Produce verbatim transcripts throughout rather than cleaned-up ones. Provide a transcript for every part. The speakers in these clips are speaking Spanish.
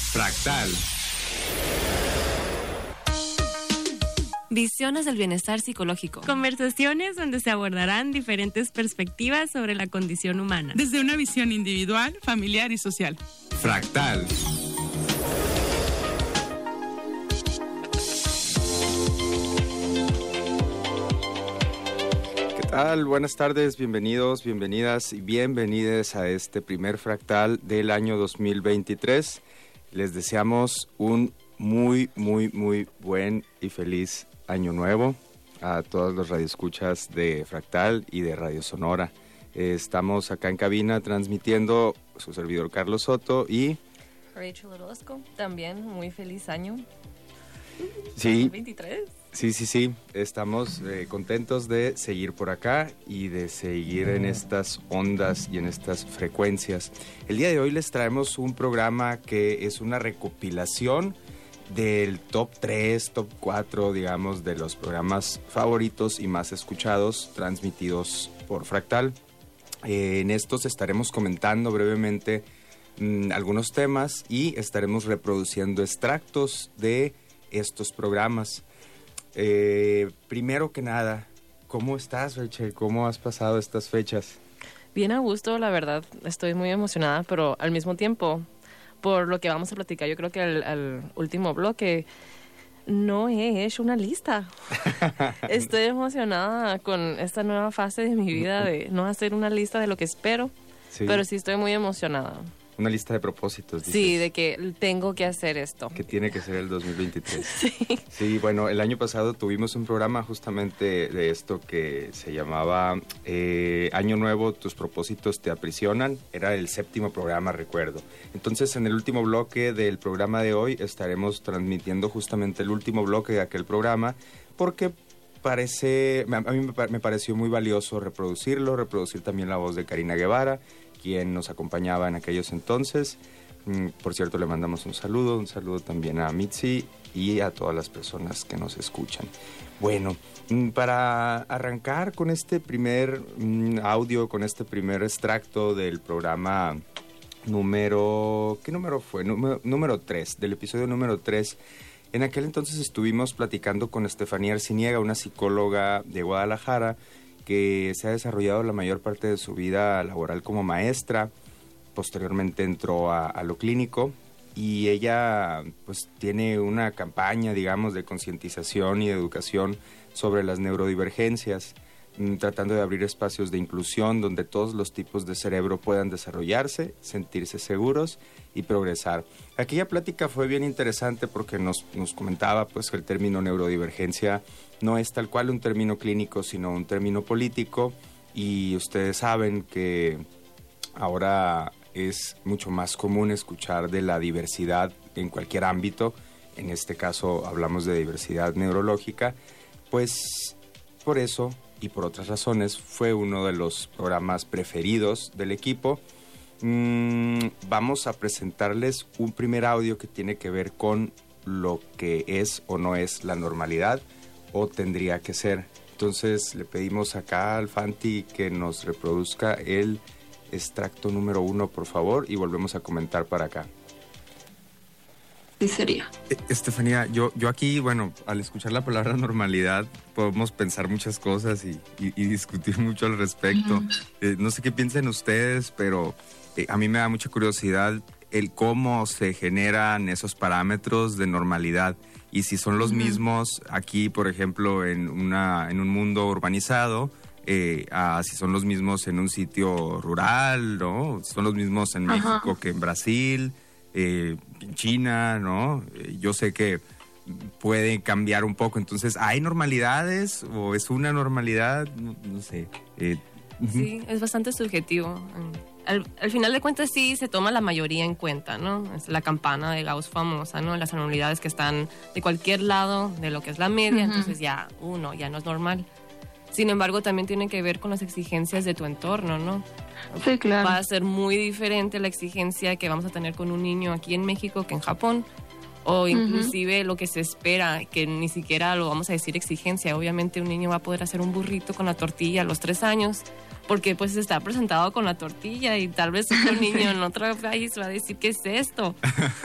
Fractal. Visiones del bienestar psicológico. Conversaciones donde se abordarán diferentes perspectivas sobre la condición humana. Desde una visión individual, familiar y social. Fractal. ¿Qué tal? Buenas tardes, bienvenidos, bienvenidas y bienvenides a este primer Fractal del año dos mil veintitrés. Les deseamos un muy, muy, muy buen y feliz año nuevo a todos los radioescuchas de Fractal y de Radio Sonora. Eh, estamos acá en cabina transmitiendo su servidor Carlos Soto y Rachel Orozco, también muy feliz año. Sí, dos mil veintitrés. Sí, sí, sí, estamos eh, contentos de seguir por acá y de seguir en estas ondas y en estas frecuencias. El día de hoy les traemos un programa que es una recopilación del top tres, top cuatro, digamos, de los programas favoritos y más escuchados transmitidos por Fractal. Eh, en estos estaremos comentando brevemente mmm, algunos temas y estaremos reproduciendo extractos de estos programas. Eh, primero que nada, ¿cómo estás, Rachel? ¿Cómo has pasado estas fechas? Bien a gusto, la verdad. Estoy muy emocionada, pero al mismo tiempo, por lo que vamos a platicar, yo creo que al, al último bloque no he hecho una lista. Estoy emocionada con esta nueva fase de mi vida de no hacer una lista de lo que espero, sí. Pero sí estoy muy emocionada. Una lista de propósitos, dices. Sí, de que tengo que hacer esto. Que tiene que ser el dos mil veintitrés. Sí. Sí, bueno, el año pasado tuvimos un programa justamente de esto que se llamaba eh, Año Nuevo, tus propósitos te aprisionan. Era el séptimo programa, recuerdo. Entonces, en el último bloque del programa de hoy estaremos transmitiendo justamente el último bloque de aquel programa porque parece, a mí me pareció muy valioso reproducirlo, reproducir también la voz de Karina Guevara, quien nos acompañaba en aquellos entonces. Por cierto, le mandamos un saludo, un saludo también a Mitzi y a todas las personas que nos escuchan. Bueno, para arrancar con este primer audio, con este primer extracto del programa número... ¿Qué número fue? Número, número tres, del episodio número tres. En aquel entonces estuvimos platicando con Estefanía Arciniega, una psicóloga de Guadalajara, que se ha desarrollado la mayor parte de su vida laboral como maestra. Posteriormente entró a, a lo clínico y ella pues tiene una campaña, digamos, de concientización y de educación sobre las neurodivergencias, tratando de abrir espacios de inclusión donde todos los tipos de cerebro puedan desarrollarse, sentirse seguros y progresar. Aquella plática fue bien interesante porque nos, nos comentaba pues que el término neurodivergencia no es tal cual un término clínico, sino un término político, y ustedes saben que ahora es mucho más común escuchar de la diversidad en cualquier ámbito. En este caso hablamos de diversidad neurológica, pues por eso y por otras razones fue uno de los programas preferidos del equipo. Mm, vamos a presentarles un primer audio que tiene que ver con lo que es o no es la normalidad, o tendría que ser. Entonces le pedimos acá al Fanti que nos reproduzca el extracto número uno, por favor, y volvemos a comentar para acá. Sí sería. Estefanía, yo, yo aquí, bueno, al escuchar la palabra normalidad, podemos pensar muchas cosas y, y, y discutir mucho al respecto. Uh-huh. Eh, no sé qué piensen ustedes, pero eh, a mí me da mucha curiosidad el cómo se generan esos parámetros de normalidad y si son los uh-huh. mismos aquí, por ejemplo, en, una, en un mundo urbanizado, eh, a, si son los mismos en un sitio rural, ¿no? Son los mismos en uh-huh. México que en Brasil, eh, en China, ¿no? Eh, yo sé que puede cambiar un poco, entonces, ¿hay normalidades o es una normalidad? No, no sé. Eh, sí, es bastante subjetivo. Al, al final de cuentas sí se toma la mayoría en cuenta, ¿no? Es la campana de Gauss famosa, ¿no? Las anualidades que están de cualquier lado de lo que es la media, uh-huh. entonces ya uno, ya no es normal. Sin embargo, también tiene que ver con las exigencias de tu entorno, ¿no? Sí, claro. Va a ser muy diferente la exigencia que vamos a tener con un niño aquí en México que en Japón, o inclusive uh-huh. lo que se espera, que ni siquiera lo vamos a decir exigencia. Obviamente un niño va a poder hacer un burrito con la tortilla a los tres años, porque pues está presentado con la tortilla y tal vez otro niño en otro país va a decir, ¿qué es esto?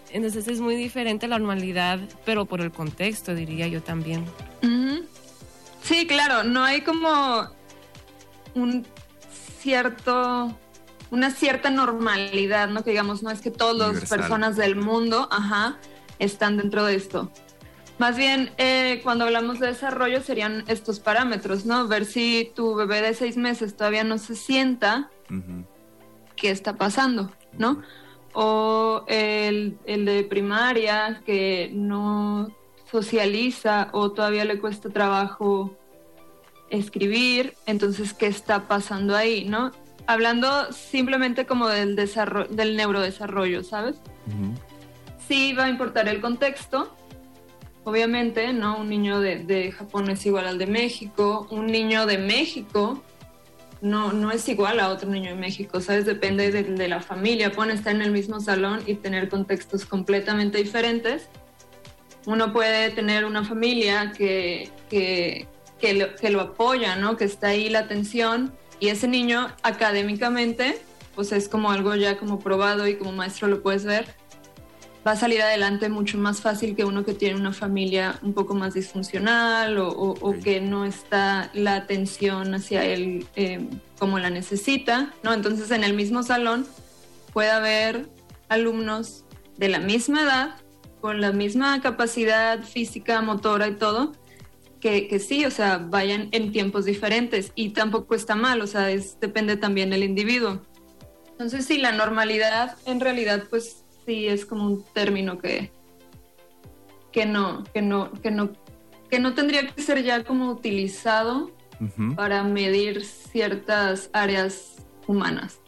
Entonces es muy diferente la normalidad, pero por el contexto, diría yo también. Uh-huh. Sí, claro, no hay como un cierto, una cierta normalidad, ¿no? Que digamos, no es que todas las personas del mundo, ajá, están dentro de esto. Más bien, eh, cuando hablamos de desarrollo serían estos parámetros, ¿no? Ver si tu bebé de seis meses todavía no se sienta, uh-huh. ¿Qué está pasando, no? O el, el de primaria que no socializa o todavía le cuesta trabajo escribir, entonces ¿qué está pasando ahí, no? Hablando simplemente como del desarrollo, del neurodesarrollo, ¿sabes? Uh-huh. Sí va a importar el contexto, obviamente, ¿no? Un niño de, de Japón es igual al de México, un niño de México no, no es igual a otro niño de México, ¿sabes? Depende de, de la familia, pueden estar en el mismo salón y tener contextos completamente diferentes. Uno puede tener una familia que, que, que, lo, que lo apoya, ¿no? Que está ahí la atención, y ese niño académicamente, pues es como algo ya como probado y como maestro lo puedes ver, va a salir adelante mucho más fácil que uno que tiene una familia un poco más disfuncional o, o, o que no está la atención hacia él eh, como la necesita, ¿no? Entonces en el mismo salón puede haber alumnos de la misma edad, con la misma capacidad física, motora y todo, que, que sí, o sea, vayan en tiempos diferentes, y tampoco está mal, o sea, es, depende también del individuo. Entonces sí, la normalidad en realidad pues sí es como un término que, que, no, que, no, que, no, que no tendría que ser ya como utilizado uh-huh. para medir ciertas áreas humanas.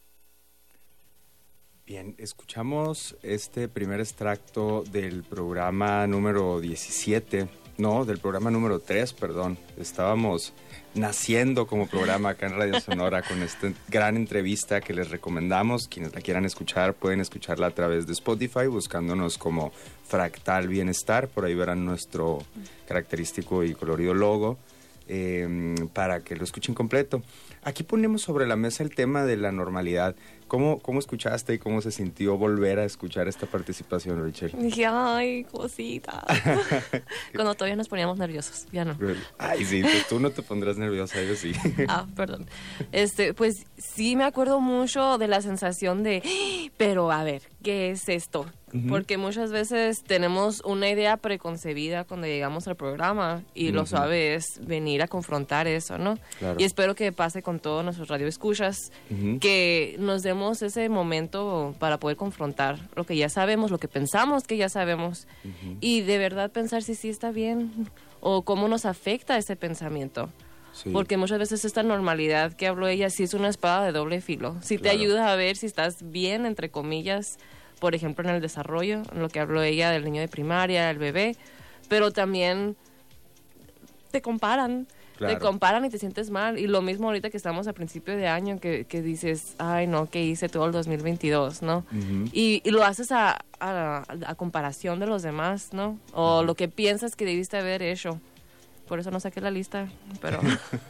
Bien, escuchamos este primer extracto del programa número diecisiete, no, del programa número tres, perdón. Estábamos naciendo como programa acá en Radio Sonora con esta gran entrevista que les recomendamos. Quienes la quieran escuchar pueden escucharla a través de Spotify buscándonos como Fractal Bienestar. Por ahí verán nuestro característico y colorido logo eh, para que lo escuchen completo. Aquí ponemos sobre la mesa el tema de la normalidad. ¿Cómo, cómo escuchaste y cómo se sintió volver a escuchar esta participación, Rachel? Dije, ay, cosita. Cuando todavía nos poníamos nerviosos, ya no. Ay, sí, pues tú no te pondrás nerviosa, yo sí. Ah, perdón. Este, pues sí me acuerdo mucho de la sensación de, pero a ver, ¿qué es esto? Uh-huh. Porque muchas veces tenemos una idea preconcebida cuando llegamos al programa y uh-huh. lo suave es venir a confrontar eso, ¿no? Claro. Y espero que pase con todos nuestros radioescuchas, uh-huh. que nos demos ese momento para poder confrontar lo que ya sabemos, lo que pensamos que ya sabemos, uh-huh. y de verdad pensar si sí está bien o cómo nos afecta ese pensamiento. Sí. Porque muchas veces esta normalidad que habló ella sí es una espada de doble filo. Sí te claro. ayuda a ver si estás bien, entre comillas, por ejemplo, en el desarrollo, en lo que habló ella del niño de primaria, el bebé, pero también te comparan. Claro. Te comparan y te sientes mal. Y lo mismo ahorita que estamos a principio de año, que, que dices, ay, no, ¿qué hice todo el dos mil veintidós, no? Uh-huh. Y, y lo haces a, a, a comparación de los demás, ¿no? O uh-huh. lo que piensas que debiste haber hecho. Por eso no saqué la lista, pero...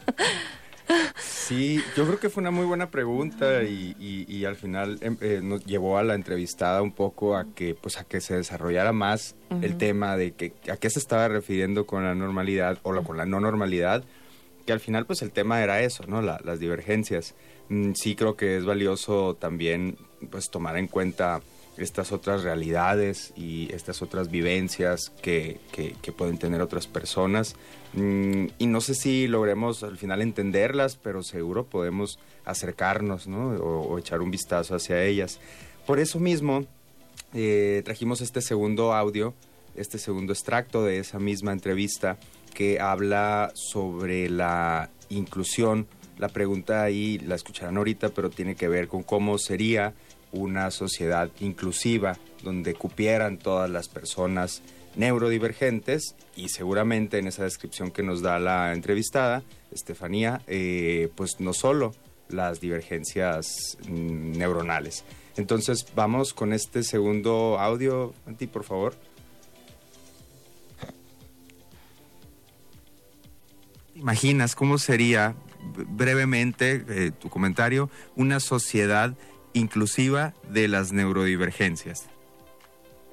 Sí, yo creo que fue una muy buena pregunta y, y, y al final eh, nos llevó a la entrevistada un poco a que, pues, a que se desarrollara más uh-huh. el tema de que a qué se estaba refiriendo con la normalidad o la, con la no normalidad, que al final pues el tema era eso, ¿no? La, las divergencias. Mm, sí creo que es valioso también pues tomar en cuenta estas otras realidades y estas otras vivencias que, que, que pueden tener otras personas. Mm, y no sé si logremos al final entenderlas, pero seguro podemos acercarnos, ¿no? O, o echar un vistazo hacia ellas. Por eso mismo eh, trajimos este segundo audio, este segundo extracto de esa misma entrevista que habla sobre la inclusión. La pregunta ahí la escucharán ahorita, pero tiene que ver con cómo sería una sociedad inclusiva, donde cupieran todas las personas neurodivergentes, y seguramente en esa descripción que nos da la entrevistada, Estefanía, eh, pues no solo las divergencias mm, neuronales. Entonces vamos con este segundo audio, Anti, por favor. ¿Imaginas cómo sería, brevemente, eh, tu comentario, una sociedad inclusiva de las neurodivergencias?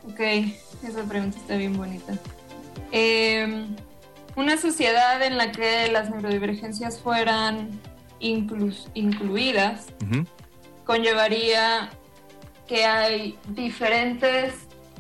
Ok, esa pregunta está bien bonita. Eh, una sociedad en la que las neurodivergencias fueran inclu- incluidas uh-huh. conllevaría que hay diferentes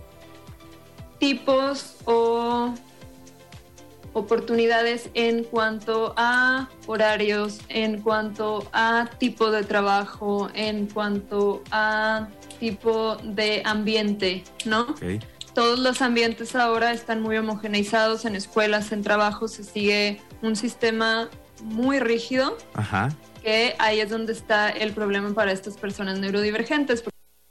tipos o oportunidades en cuanto a horarios, en cuanto a tipo de trabajo, en cuanto a tipo de ambiente, ¿no? Okay. Todos los ambientes ahora están muy homogeneizados, en escuelas, en trabajos, se sigue un sistema muy rígido, Ajá. que ahí es donde está el problema para estas personas neurodivergentes.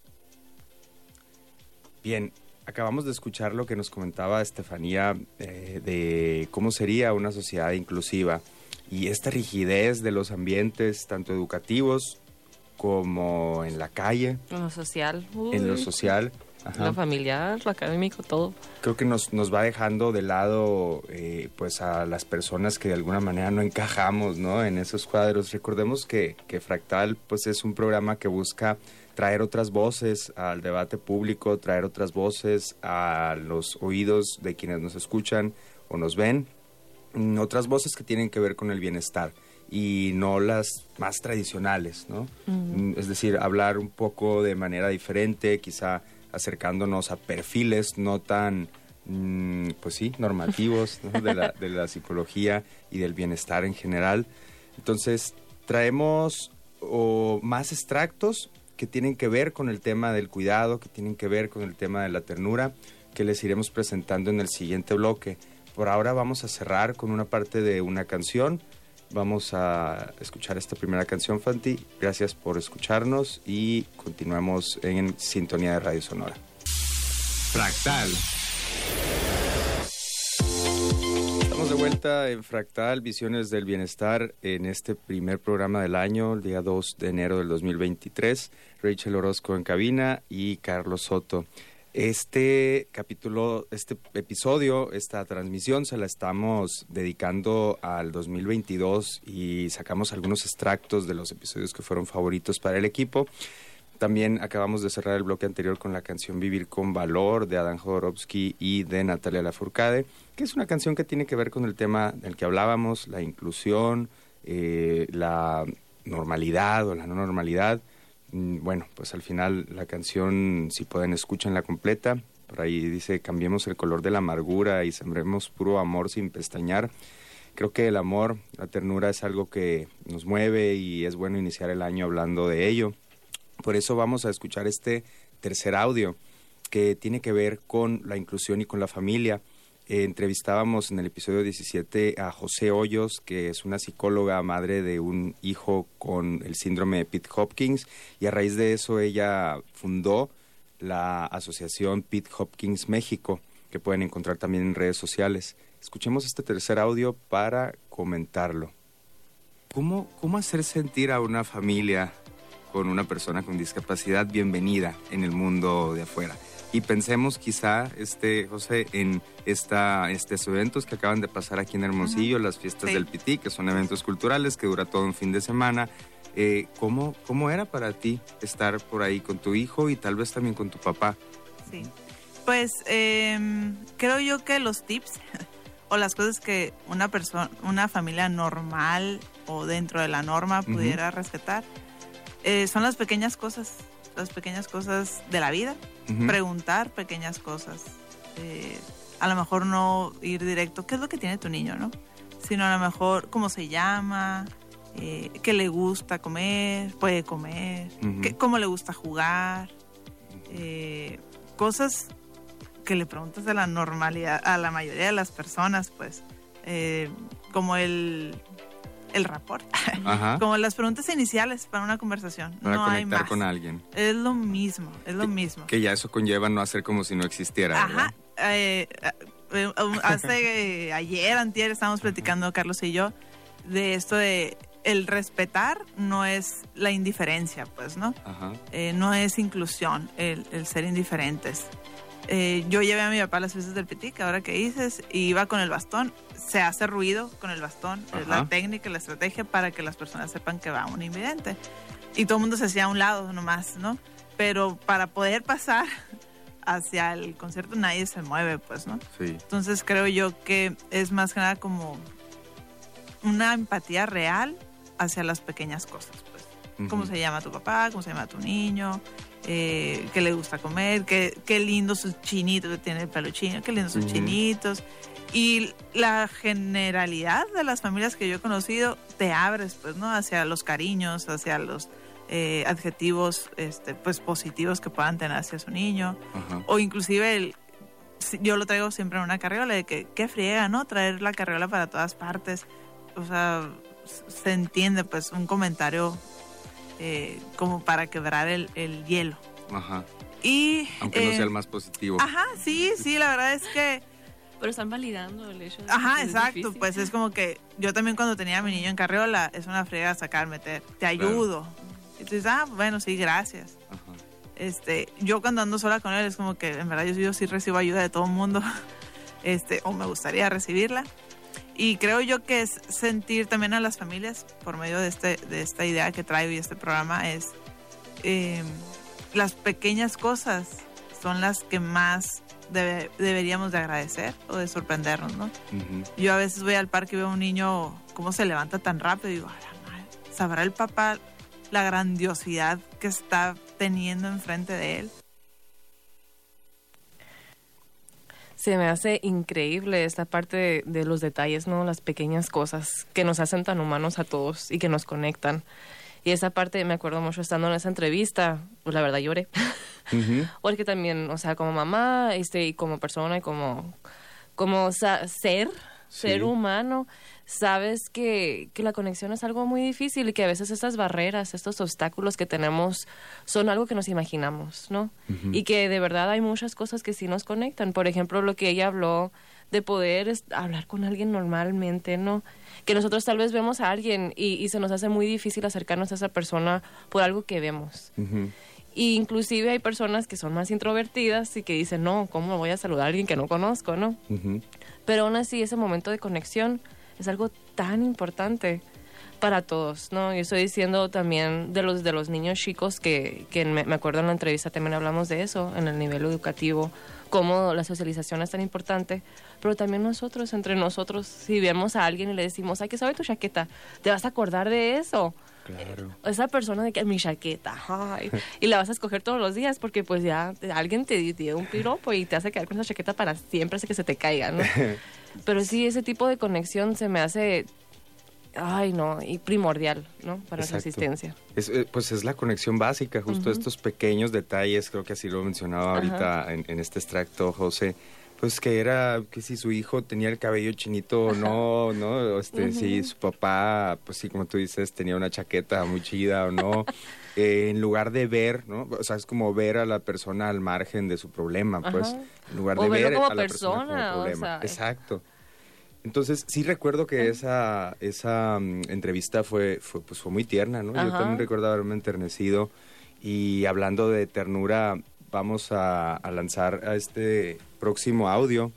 Bien, acabamos de escuchar lo que nos comentaba Estefanía eh, de cómo sería una sociedad inclusiva y esta rigidez de los ambientes, tanto educativos como en la calle. En lo social. Uy. En lo social. Ajá. Lo familiar, lo académico, todo. Creo que nos, nos va dejando de lado eh, pues a las personas que de alguna manera no encajamos, ¿no? En esos cuadros. Recordemos que, que Fractal pues es un programa que busca traer otras voces al debate público, traer otras voces a los oídos de quienes nos escuchan o nos ven, otras voces que tienen que ver con el bienestar y no las más tradicionales, ¿no? Uh-huh. Es decir, hablar un poco de manera diferente, quizá acercándonos a perfiles no tan, mmm, pues sí, normativos, ¿no? de, la, de la psicología y del bienestar en general. Entonces, traemos o más extractos que tienen que ver con el tema del cuidado, que tienen que ver con el tema de la ternura, que les iremos presentando en el siguiente bloque. Por ahora vamos a cerrar con una parte de una canción. Vamos a escuchar esta primera canción, Fanti. Gracias por escucharnos y continuamos en sintonía de Radio Sonora. Fractal. Estamos de vuelta en Fractal, Visiones del Bienestar, en este primer programa del año, el día dos de enero del dos mil veintitrés. Rachel Orozco en cabina y Carlos Soto. Este capítulo, este episodio, esta transmisión se la estamos dedicando al dos mil veintidós y sacamos algunos extractos de los episodios que fueron favoritos para el equipo. También acabamos de cerrar el bloque anterior con la canción Vivir con Valor de Adán Jodorowsky y de Natalia Lafourcade, que es una canción que tiene que ver con el tema del que hablábamos, la inclusión, eh, la normalidad o la no normalidad. Bueno, pues al final la canción, si pueden, escúchenla completa. Por ahí dice, cambiemos el color de la amargura y sembremos puro amor sin pestañear. Creo que el amor, la ternura es algo que nos mueve y es bueno iniciar el año hablando de ello. Por eso vamos a escuchar este tercer audio que tiene que ver con la inclusión y con la familia. Eh, entrevistábamos en el episodio diecisiete a José Hoyos, que es una psicóloga, madre de un hijo con el síndrome de Pitt-Hopkins, y a raíz de eso ella fundó la asociación Pitt-Hopkins México, que pueden encontrar también en redes sociales. Escuchemos este tercer audio para comentarlo. ¿Cómo, cómo hacer sentir a una familia con una persona con discapacidad bienvenida en el mundo de afuera? Y pensemos quizá, este José, en esta, estos eventos que acaban de pasar aquí en Hermosillo, uh-huh. las fiestas sí. del Pití, que son eventos culturales que dura todo un fin de semana. Eh, ¿cómo, ¿Cómo era para ti estar por ahí con tu hijo y tal vez también con tu papá? Sí, pues eh, creo yo que los tips o las cosas que una persona, una familia normal o dentro de la norma pudiera uh-huh. respetar, eh, son las pequeñas cosas. las pequeñas cosas de la vida, uh-huh. preguntar pequeñas cosas, eh, a lo mejor no ir directo, ¿qué es lo que tiene tu niño?, ¿no? Sino a lo mejor cómo se llama, eh, qué le gusta comer, puede comer, uh-huh. qué, cómo le gusta jugar, eh, cosas que le preguntas a la normalidad, a la mayoría de las personas, pues, eh, como el... el rapport, Ajá. como las preguntas iniciales para una conversación. Para no conectar hay más. con alguien. Es lo mismo, es lo que, mismo. Que ya eso conlleva no hacer como si no existiera. Ajá. Eh, eh, hace eh, ayer, antier, estábamos platicando, Carlos y yo, de esto de el respetar no es la indiferencia, pues, ¿no? Ajá. Eh, no es inclusión, el, el ser indiferentes. Eh, yo llevé a mi papá a las fiestas del Pitic, ahora que dices, y iba con el bastón. Se hace ruido con el bastón, Ajá. es la técnica, la estrategia para que las personas sepan que va un invidente. Y todo el mundo se hacía a un lado nomás, ¿no? Pero para poder pasar hacia el concierto nadie se mueve, pues, ¿no? Sí. Entonces creo yo que es más que nada como una empatía real hacia las pequeñas cosas, pues. Uh-huh. ¿Cómo se llama tu papá? ¿Cómo se llama tu niño? Eh, ¿Qué le gusta comer? ¿Qué, qué lindo sus chinitos que tiene el pelo chino? ¿Qué lindo sus uh-huh. chinitos? Y la generalidad de las familias que yo he conocido, te abres, pues, ¿no? Hacia los cariños, hacia los eh, adjetivos, este, pues, positivos que puedan tener hacia su niño. Uh-huh. O inclusive, el, yo lo traigo siempre en una carriola, de que, qué friega, ¿no? Traer la carriola para todas partes. O sea, se entiende, pues, un comentario eh, como para quebrar el, el hielo. Ajá. Y, aunque eh, no sea el más positivo. Ajá, sí, sí, la verdad es que... Pero están validando el hecho de Ajá, que es exacto, difícil. Pues es como que yo también cuando tenía a mi niño en carriola, es una friega sacar, meter, te ayudo. Claro. Y tú dices, ah, bueno, sí, gracias. Ajá. Este, yo cuando ando sola con él es como que en verdad yo, yo sí recibo ayuda de todo el mundo, este, o me gustaría recibirla. Y creo yo que es sentir también a las familias, por medio de, este, de esta idea que traigo y este programa, es eh, las pequeñas cosas son las que más debe, deberíamos de agradecer o de sorprendernos, ¿no? Uh-huh. Yo a veces voy al parque y veo a un niño cómo se levanta tan rápido y digo, a la madre, ¿sabrá el papá la grandiosidad que está teniendo enfrente de él? Se me hace increíble esta parte de, de los detalles, ¿no? Las pequeñas cosas que nos hacen tan humanos a todos y que nos conectan. Y esa parte, me acuerdo mucho estando en esa entrevista, pues la verdad lloré. Uh-huh. Porque también, o sea, como mamá, este, y como persona, y como, como sa- ser, sí. ser humano, sabes que, que la conexión es algo muy difícil y que a veces estas barreras, estos obstáculos que tenemos son algo que nos imaginamos, ¿no? Uh-huh. Y que de verdad hay muchas cosas que sí nos conectan. Por ejemplo, lo que ella habló de poder es, hablar con alguien normalmente, ¿no? Que nosotros tal vez vemos a alguien y, y se nos hace muy difícil acercarnos a esa persona por algo que vemos. Uh-huh. Y inclusive hay personas que son más introvertidas y que dicen, no, ¿cómo voy a saludar a alguien que no conozco, no? Uh-huh. Pero aún así, ese momento de conexión es algo tan importante para todos, ¿no? Yo estoy diciendo también de los de los niños chicos que, que me, me acuerdo en la entrevista también hablamos de eso, en el nivel educativo, cómo la socialización es tan importante, pero también nosotros, entre nosotros, si vemos a alguien y le decimos, ay, ¿qué sabe tu chaqueta? ¿Te vas a acordar de eso? Claro. Esa persona de que mi chaqueta, ay, y la vas a escoger todos los días porque pues ya alguien te dio un piropo y te hace quedar con esa chaqueta para siempre, hace que se te caiga, ¿no? Pero sí, ese tipo de conexión se me hace, ay, no, y primordial, ¿no? Para la asistencia. Es, pues es la conexión básica, justo uh-huh. estos pequeños detalles, creo que así lo mencionaba ahorita en, en este extracto, José. Pues que era que si su hijo tenía el cabello chinito o no, ¿no? Este, uh-huh. Si su papá, pues sí, como tú dices, tenía una chaqueta muy chida o no. eh, en lugar de ver, ¿no? O sea, es como ver a la persona al margen de su problema, pues. Uh-huh. En lugar de o ver como a la persona, persona como problema. O sea, exacto. Entonces, sí recuerdo que uh-huh. esa, esa um, entrevista fue, fue, pues, fue muy tierna, ¿no? Uh-huh. Yo también recuerdo haberme enternecido. Y hablando de ternura, vamos a, a lanzar a este próximo audio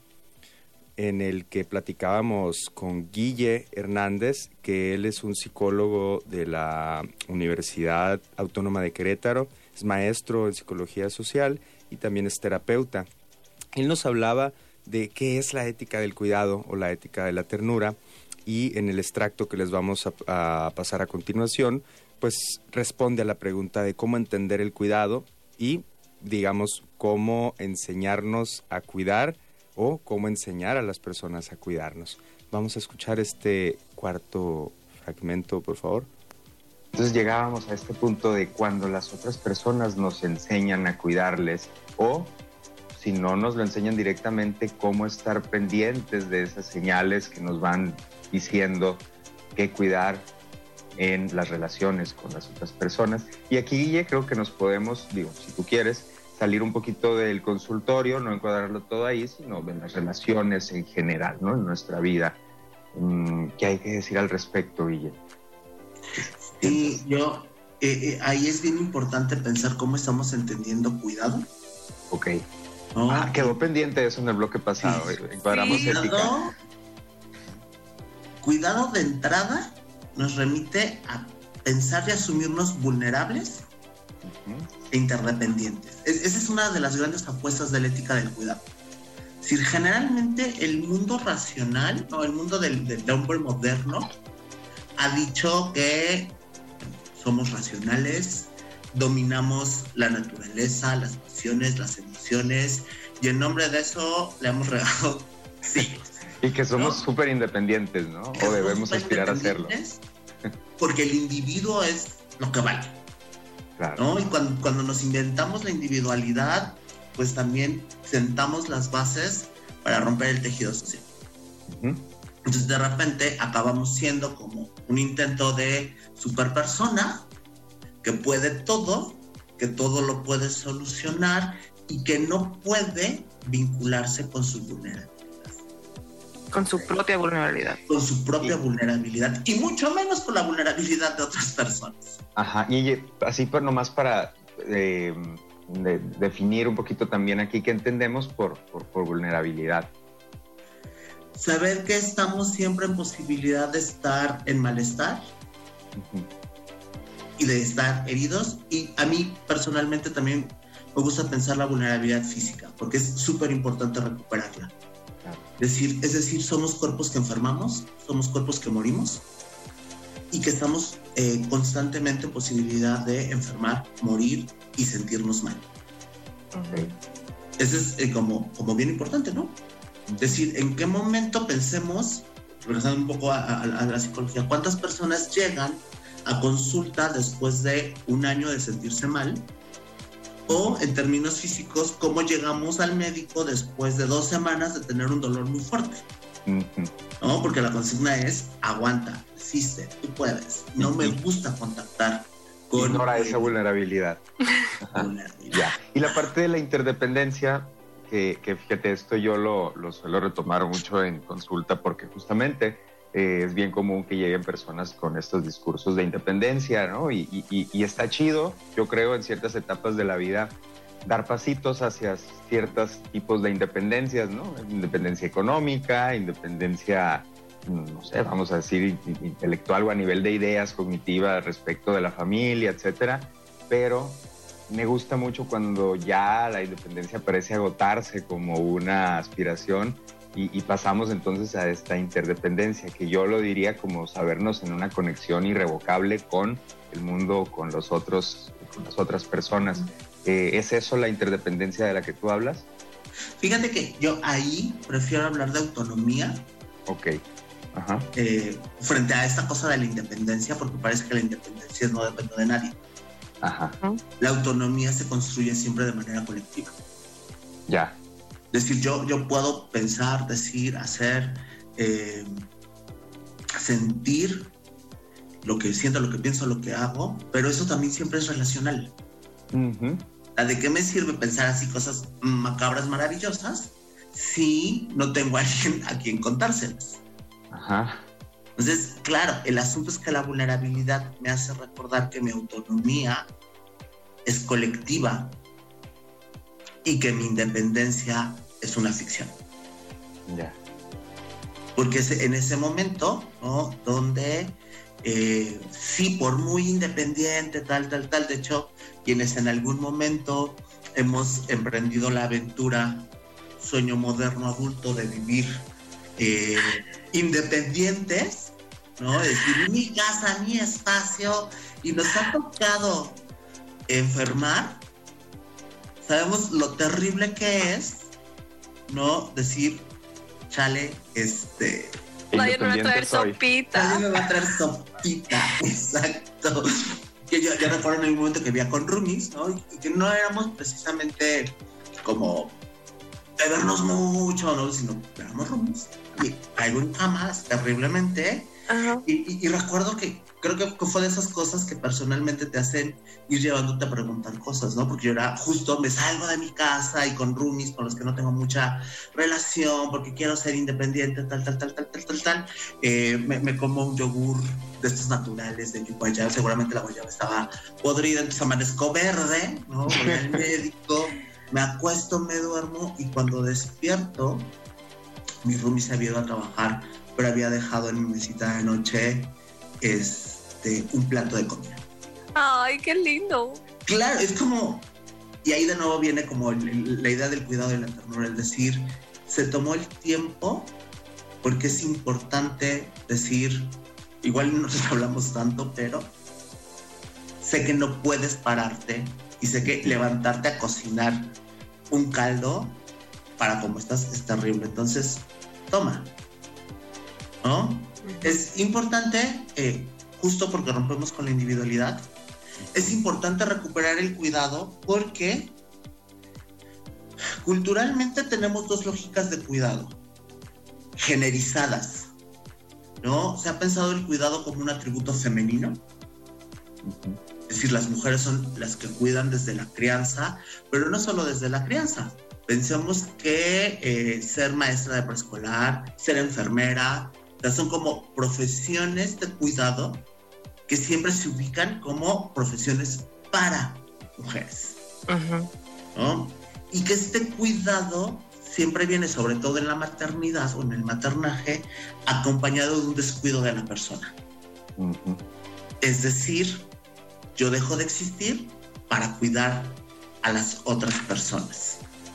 en el que platicábamos con Guille Hernández, que él es un psicólogo de la Universidad Autónoma de Querétaro, es maestro en psicología social y también es terapeuta. Él nos hablaba de qué es la ética del cuidado o la ética de la ternura, y en el extracto que les vamos a, a pasar a continuación, pues responde a la pregunta de cómo entender el cuidado y, digamos, cómo enseñarnos a cuidar o cómo enseñar a las personas a cuidarnos. Vamos a escuchar este cuarto fragmento, por favor. Entonces llegábamos a este punto de cuando las otras personas nos enseñan a cuidarles, o si no nos lo enseñan directamente, cómo estar pendientes de esas señales que nos van diciendo qué cuidar en las relaciones con las otras personas. Y aquí, Guille, creo que nos podemos, digo, si tú quieres, salir un poquito del consultorio, no encuadrarlo todo ahí, sino de las relaciones en general, ¿no? En nuestra vida. ¿Qué hay que decir al respecto, Guille? Sí, yo, eh, eh, ahí es bien importante pensar cómo estamos entendiendo cuidado. Ok. Oh, ah, quedó pendiente eso en el bloque pasado. Sí. Encuadramos sí, ética. Cuidado, cuidado de entrada nos remite a pensar y asumirnos vulnerables uh-huh. e interdependientes. Es, esa es una de las grandes apuestas de la ética del cuidado. Es decir, generalmente el mundo racional, o el mundo del, del hombre moderno, ha dicho que somos racionales, dominamos la naturaleza, las pasiones, las emociones, y en nombre de eso le hemos regalado siglos. Y que somos súper ¿no? independientes, ¿no? Que o debemos aspirar a hacerlo. Porque el individuo es lo que vale. Claro. ¿No? Y cuando, cuando nos inventamos la individualidad, pues también sentamos las bases para romper el tejido social. Uh-huh. Entonces de repente acabamos siendo como un intento de superpersona que puede todo, que todo lo puede solucionar y que no puede vincularse con su vulnerabilidad. Con su propia vulnerabilidad. Con su propia sí. vulnerabilidad y mucho menos con la vulnerabilidad de otras personas. Ajá, y así pues nomás para eh, de, definir un poquito también aquí qué entendemos por, por, por vulnerabilidad. Saber que estamos siempre en posibilidad de estar en malestar uh-huh. y de estar heridos, y a mí personalmente también me gusta pensar la vulnerabilidad física porque es súper importante recuperarla. Es decir, es decir, somos cuerpos que enfermamos, somos cuerpos que morimos y que estamos eh, constantemente en posibilidad de enfermar, morir y sentirnos mal. Okay. Eso es eh, como, como bien importante, ¿no? Es decir, ¿en qué momento pensemos, regresando un poco a, a, a la psicología, cuántas personas llegan a consulta después de un año de sentirse mal? O en términos físicos, ¿cómo llegamos al médico después de dos semanas de tener un dolor muy fuerte? Uh-huh. ¿No? Porque la consigna es, aguanta, resiste, tú puedes. No uh-huh. me gusta contactar con... Ignora esa vulnerabilidad. vulnerabilidad. Ya. Y la parte de la interdependencia, que, que fíjate, esto yo lo, lo suelo retomar mucho en consulta porque justamente... Eh, es bien común que lleguen personas con estos discursos de independencia, ¿no? Y, y, y está chido, yo creo, en ciertas etapas de la vida, dar pasitos hacia ciertos tipos de independencias, ¿no? Independencia económica, independencia, no sé, vamos a decir, intelectual o a nivel de ideas cognitivas respecto de la familia, etcétera. Pero me gusta mucho cuando ya la independencia parece agotarse como una aspiración. Y, y pasamos entonces a esta interdependencia, que yo lo diría como sabernos en una conexión irrevocable con el mundo, con los otros, con las otras personas. Eh, ¿Es eso la interdependencia de la que tú hablas? Fíjate que yo ahí prefiero hablar de autonomía. Ok. Ajá. Eh, frente a esta cosa de la independencia, porque parece que la independencia no depende de nadie. Ajá. La autonomía se construye siempre de manera colectiva. Ya. Es decir, yo, yo puedo pensar, decir, hacer, eh, sentir lo que siento, lo que pienso, lo que hago, pero eso también siempre es relacional. Uh-huh. ¿De qué me sirve pensar así cosas macabras, maravillosas, si no tengo a alguien a quien contárselas? Ajá. Entonces, claro, el asunto es que la vulnerabilidad me hace recordar que mi autonomía es colectiva y que mi independencia es una ficción. Ya. Yeah. Porque es en ese momento, ¿no? Donde eh, sí, por muy independiente, tal, tal, tal, de hecho, quienes en algún momento hemos emprendido la aventura, sueño moderno adulto de vivir eh, independientes, ¿no? Es decir, mi casa, mi espacio, y nos ha tocado enfermar. Sabemos lo terrible que es, ¿no? Decir, chale, este... Nadie me va a traer sopita. Nadie me va a traer sopita, exacto. Que yo, yo recuerdo en el momento que vivía con roomies, ¿no? Y que no éramos precisamente como de vernos mucho, ¿no? Sino que éramos roomies. Y caigo en camas terriblemente. Uh-huh. Y, y, y recuerdo que creo que fue de esas cosas que personalmente te hacen ir llevándote a preguntar cosas, ¿no? Porque yo era justo, me salgo de mi casa y con roomies con los que no tengo mucha relación porque quiero ser independiente, tal, tal, tal, tal, tal, tal, tal. Eh, me, me como un yogur de estos naturales de guayaba, seguramente la guayaba estaba podrida, entonces amanezco verde, ¿no? Voy al médico, me acuesto, me duermo y cuando despierto, mi roomie se había ido a trabajar, pero había dejado en mi mesita de noche este, un plato de comida. ¡Ay, qué lindo! Claro, es como, y ahí de nuevo viene como el, la idea del cuidado y la ternura, es decir, se tomó el tiempo porque es importante decir, igual no nos hablamos tanto, pero sé que no puedes pararte y sé que levantarte a cocinar un caldo para como estás es terrible, entonces toma, ¿no? Es importante, eh, justo porque rompemos con la individualidad, es importante recuperar el cuidado porque culturalmente tenemos dos lógicas de cuidado generizadas, ¿no? Se ha pensado el cuidado como un atributo femenino, uh-huh. Es decir, las mujeres son las que cuidan desde la crianza, pero no solo desde la crianza. Pensemos que eh, ser maestra de preescolar, ser enfermera, o sea, son como profesiones de cuidado que siempre se ubican como profesiones para mujeres, uh-huh. ¿no? Y que este cuidado siempre viene, sobre todo en la maternidad o en el maternaje, acompañado de un descuido de la persona. Uh-huh. Es decir, yo dejo de existir para cuidar a las otras personas.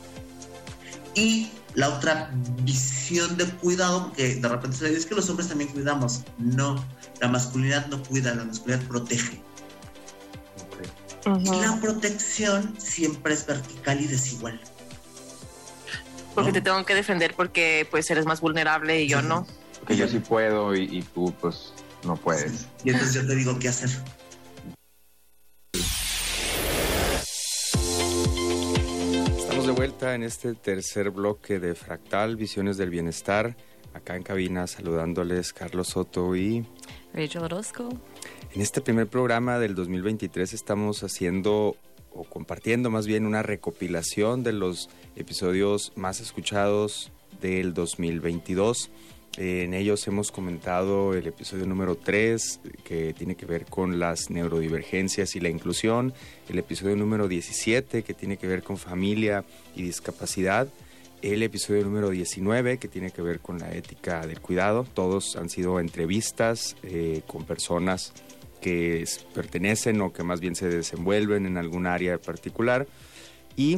Y la otra visión de cuidado, que de repente se le dice que los hombres también cuidamos. No, la masculinidad no cuida, la masculinidad protege. Okay. Uh-huh. Y la protección siempre es vertical y desigual. Porque ¿no? Te tengo que defender porque pues eres más vulnerable y yo sí. no. Porque yo sí puedo y, y tú pues no puedes. Sí. Y entonces yo te digo qué hacer. De vuelta en este tercer bloque de Fractal, Visiones del Bienestar. Acá en cabina saludándoles Carlos Soto y Rachel Orozco. En este primer programa del dos mil veintitrés estamos haciendo o compartiendo más bien una recopilación de los episodios más escuchados del dos mil veintidós. En ellos hemos comentado el episodio número tres, que tiene que ver con las neurodivergencias y la inclusión, el episodio número diecisiete, que tiene que ver con familia y discapacidad, el episodio número diecinueve, que tiene que ver con la ética del cuidado. Todos han sido entrevistas eh, con personas que pertenecen o que más bien se desenvuelven en algún área particular. Y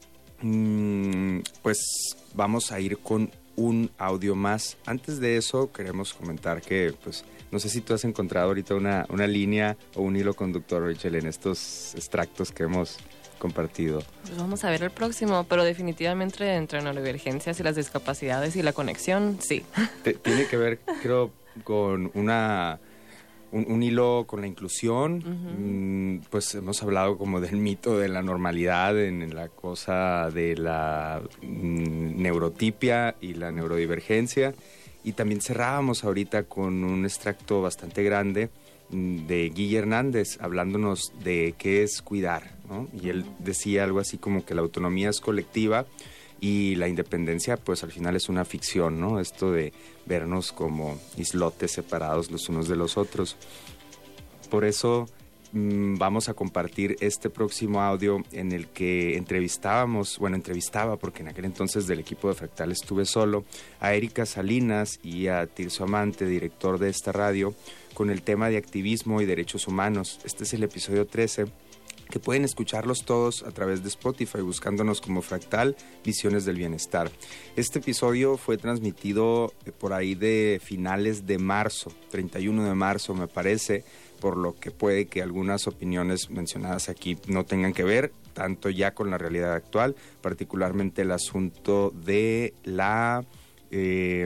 mmm, pues vamos a ir con un audio más. Antes de eso queremos comentar que pues no sé si tú has encontrado ahorita una, una línea o un hilo conductor, Rachel, en estos extractos que hemos compartido. Pues vamos a ver el próximo, pero definitivamente entre neurodivergencias y las discapacidades y la conexión, sí. Te, tiene que ver, creo, con una un, un hilo con la inclusión. Uh-huh. Mm, pues hemos hablado como del mito de la normalidad, en, en la cosa de la mm, neurotipia y la neurodivergencia. Y también cerrábamos ahorita con un extracto bastante grande de Guille Hernández, hablándonos de qué es cuidar, ¿no? Y él decía algo así como que la autonomía es colectiva y la independencia, pues al final es una ficción, ¿no? Esto de vernos como islotes separados los unos de los otros. Por eso mmm, vamos a compartir este próximo audio en el que entrevistábamos, bueno, entrevistaba, porque en aquel entonces del equipo de Fractal estuve solo, a Erika Salinas y a Tirso Amante, director de esta radio, con el tema de activismo y derechos humanos. Este es el episodio trece, que pueden escucharlos todos a través de Spotify, buscándonos como Fractal, Visiones del Bienestar. Este episodio fue transmitido por ahí de finales de marzo, treinta y uno de marzo me parece, por lo que puede que algunas opiniones mencionadas aquí no tengan que ver tanto ya con la realidad actual, particularmente el asunto de la... Eh,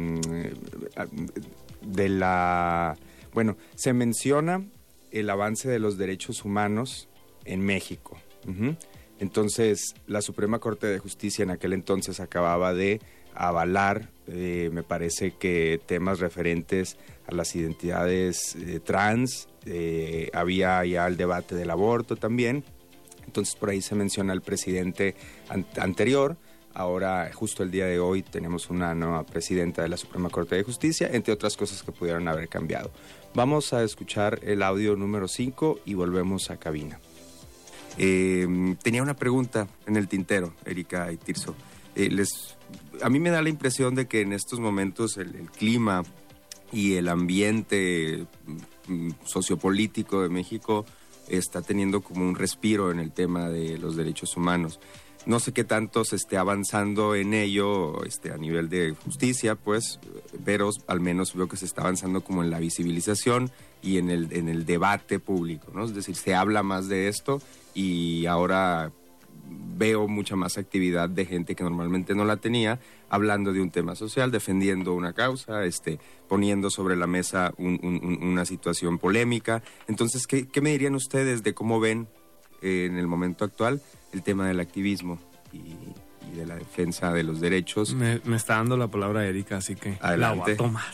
de la... Bueno, se menciona el avance de los derechos humanos en México. Uh-huh. Entonces, la Suprema Corte de Justicia en aquel entonces acababa de avalar, eh, me parece que temas referentes a las identidades eh, trans, eh, había ya el debate del aborto también. Entonces, por ahí se menciona al presidente an- anterior. Ahora, justo el día de hoy, tenemos una nueva presidenta de la Suprema Corte de Justicia, entre otras cosas que pudieron haber cambiado. Vamos a escuchar el audio número cinco y volvemos a cabina. Eh, tenía una pregunta en el tintero, Erika y Tirso. Eh, les, a mí me da la impresión de que en estos momentos el, el clima y el ambiente mm, sociopolítico de México está teniendo como un respiro en el tema de los derechos humanos. No sé qué tanto se esté avanzando en ello este, a nivel de justicia, pues, pero al menos veo que se está avanzando como en la visibilización y en el, en el debate público, ¿no? Es decir, se habla más de esto y ahora veo mucha más actividad de gente que normalmente no la tenía, hablando de un tema social, defendiendo una causa, este, poniendo sobre la mesa un, un, una situación polémica. Entonces, ¿qué, qué me dirían ustedes de cómo ven eh, en el momento actual el tema del activismo y, y de la defensa de los derechos? Me, me está dando la palabra Erika, así que adelante. La voy a tomar.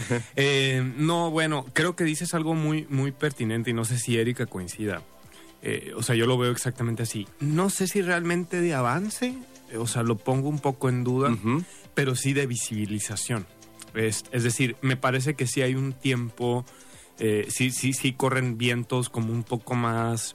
eh, no, bueno, creo que dices algo muy, muy pertinente y no sé si Erika coincida. Eh, o sea, yo lo veo exactamente así. No sé si realmente de avance, o sea, lo pongo un poco en duda, uh-huh. pero sí de visibilización. Es, es decir, me parece que sí hay un tiempo, eh, sí, sí, sí corren vientos como un poco más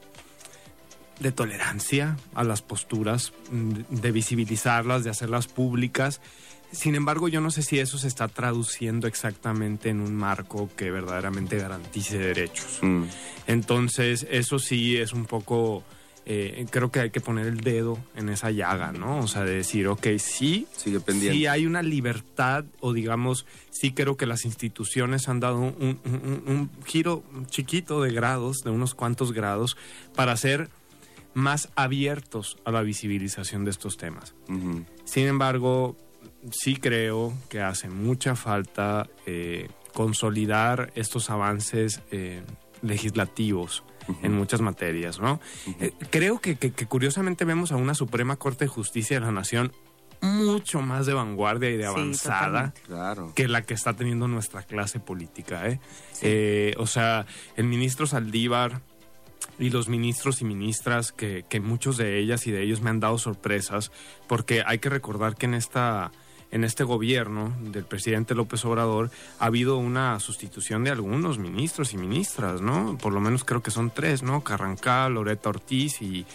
de tolerancia a las posturas, de visibilizarlas, de hacerlas públicas. Sin embargo, yo no sé si eso se está traduciendo exactamente en un marco que verdaderamente garantice derechos. Mm. Entonces, eso sí es un poco, eh, creo que hay que poner el dedo en esa llaga, ¿no? O sea, de decir, ok, sí, sigue pendiente. Sí hay una libertad, o digamos, sí creo que las instituciones han dado un, un, un, un giro chiquito de grados, de unos cuantos grados, para ser más abiertos a la visibilización de estos temas. Uh-huh. Sin embargo, sí creo que hace mucha falta eh, consolidar estos avances eh, legislativos uh-huh. en muchas materias, ¿no? Uh-huh. Eh, creo que, que, que curiosamente vemos a una Suprema Corte de Justicia de la Nación mucho más de vanguardia y de avanzada sí, claro. que la que está teniendo nuestra clase política, ¿eh? Sí. Eh, o sea, el ministro Saldívar y los ministros y ministras, que, que muchos de ellas y de ellos me han dado sorpresas, porque hay que recordar que en esta... En este gobierno del presidente López Obrador ha habido una sustitución de algunos ministros y ministras, ¿no? Por lo menos creo que son tres, ¿no? Carrancá, Loreta Ortiz y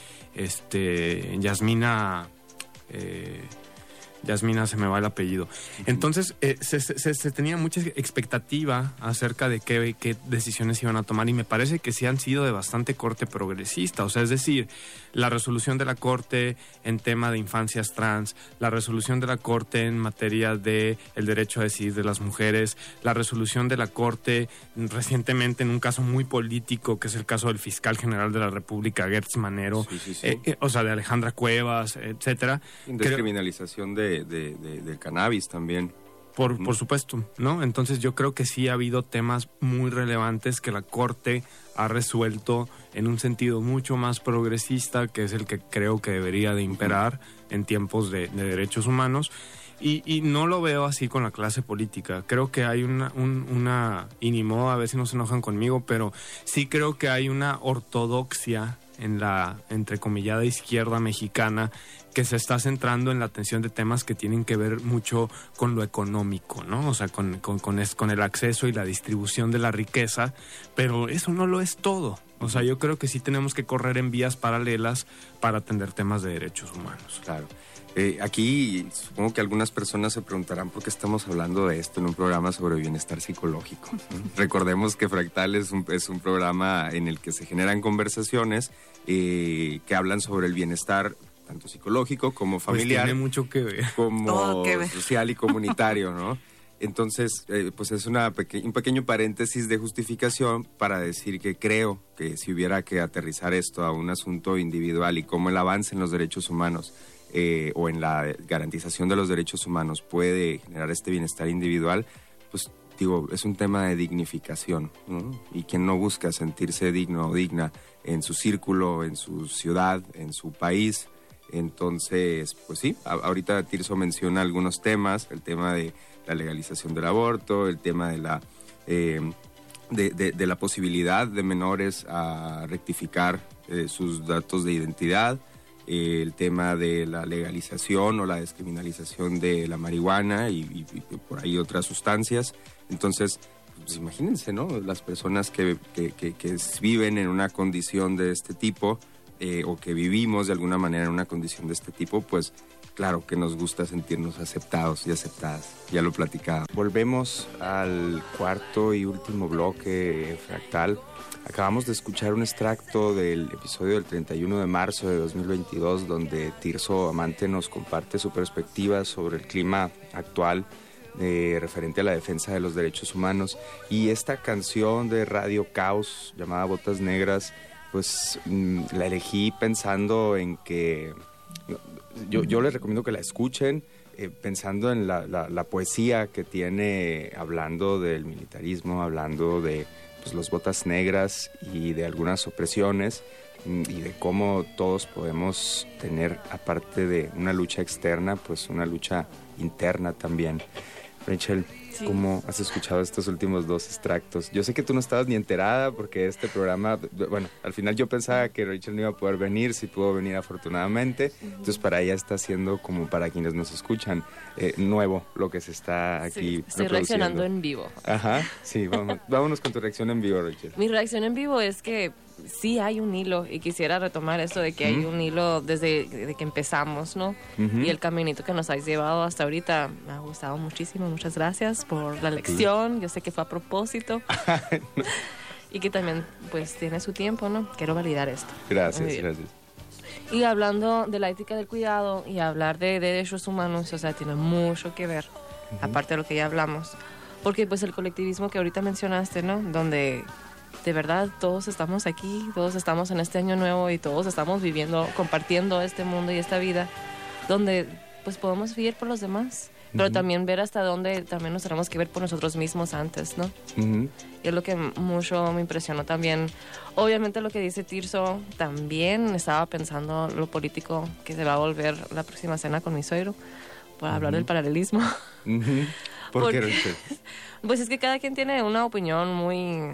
este Yasmina... Eh, Yasmina, se me va el apellido. Entonces, eh, se, se, se tenía mucha expectativa acerca de qué, qué decisiones iban a tomar y me parece que sí han sido de bastante corte progresista. O sea, es decir, la resolución de la Corte en tema de infancias trans, la resolución de la Corte en materia de el derecho a decidir de las mujeres, la resolución de la Corte recientemente en un caso muy político, que es el caso del fiscal general de la República, Gertz Manero, sí, sí, sí. Eh, eh, o sea, de Alejandra Cuevas, etcétera. Descriminalización de De, de, de, del cannabis también. Por, por supuesto, ¿no? Entonces yo creo que sí ha habido temas muy relevantes que la Corte ha resuelto en un sentido mucho más progresista, que es el que creo que debería de imperar uh-huh. en tiempos de, de derechos humanos. Y, y no lo veo así con la clase política. Creo que hay una, un, una, y ni modo, a ver si no se enojan conmigo, pero sí creo que hay una ortodoxia en la entrecomillada izquierda mexicana que se está centrando en la atención de temas que tienen que ver mucho con lo económico, ¿no? O sea, con, con, con, es, con el acceso y la distribución de la riqueza, pero eso no lo es todo. O sea, yo creo que sí tenemos que correr en vías paralelas para atender temas de derechos humanos. Claro. Eh, aquí supongo que algunas personas se preguntarán por qué estamos hablando de esto en un programa sobre bienestar psicológico. Recordemos que Fractal es un, es un programa en el que se generan conversaciones eh, que hablan sobre el bienestar tanto psicológico como familiar, pues tiene mucho que ver. como que ver. social y comunitario, ¿no? Entonces, eh, pues es una peque- un pequeño paréntesis de justificación para decir que creo que si hubiera que aterrizar esto a un asunto individual y cómo el avance en los derechos humanos Eh, o en la garantización de los derechos humanos puede generar este bienestar individual, pues digo, es un tema de dignificación, ¿no? Y quien no busca sentirse digno o digna en su círculo, en su ciudad, en su país. Entonces, pues sí, a- ahorita Tirso menciona algunos temas, el tema de la legalización del aborto, el tema de la eh, de, de, de la posibilidad de menores a rectificar eh, sus datos de identidad, el tema de la legalización o la descriminalización de la marihuana y, y, y por ahí otras sustancias. Entonces, pues imagínense, ¿no? Las personas que, que, que, que viven en una condición de este tipo, eh, o que vivimos de alguna manera en una condición de este tipo, pues claro que nos gusta sentirnos aceptados y aceptadas. Ya lo platicaba. Volvemos al cuarto y último bloque Fractal. Acabamos de escuchar un extracto del episodio del treinta y uno de marzo de dos mil veintidós, donde Tirso Amante nos comparte su perspectiva sobre el clima actual eh, referente a la defensa de los derechos humanos. Y esta canción de Radio Caos llamada Botas Negras, pues mmm, la elegí pensando en que yo, yo les recomiendo que la escuchen, eh, pensando en la, la, la poesía que tiene, hablando del militarismo, hablando de pues, los botas negras y de algunas opresiones, y de cómo todos podemos tener, aparte de una lucha externa, pues una lucha interna también. Rachel, sí. ¿Cómo has escuchado estos últimos dos extractos? Yo sé que tú no estabas ni enterada porque este programa, bueno, al final yo pensaba que Rachel no iba a poder venir, sí pudo venir afortunadamente, uh-huh. Entonces para ella está siendo, como para quienes nos escuchan, eh, nuevo lo que se está aquí sí, estoy reaccionando en vivo. Ajá, sí, vamos, vámonos con tu reacción en vivo, Rachel. Mi reacción en vivo es que sí hay un hilo, y quisiera retomar esto de que uh-huh. hay un hilo desde de que empezamos, ¿no? Uh-huh. Y el caminito que nos has llevado hasta ahorita me ha gustado muchísimo. Muchas gracias por la lección. Sí. Yo sé que fue a propósito. No. Y que también pues tiene su tiempo, ¿no? Quiero validar esto. Gracias, gracias. Y hablando de la ética del cuidado y hablar de derechos humanos, o sea, tiene mucho que ver, uh-huh. aparte de lo que ya hablamos. Porque pues el colectivismo que ahorita mencionaste, ¿no? Donde de verdad todos estamos aquí, todos estamos en este año nuevo y todos estamos viviendo, compartiendo este mundo y esta vida, donde pues podemos vivir por los demás, pero uh-huh. también ver hasta dónde también nos tenemos que ver por nosotros mismos antes, ¿no? Uh-huh. Y es lo que mucho me impresionó también. Obviamente lo que dice Tirso, también estaba pensando lo político que se va a volver la próxima cena con mi suegro, para uh-huh. hablar del paralelismo. Uh-huh. ¿Por Porque, qué, Richard? Pues es que cada quien tiene una opinión muy...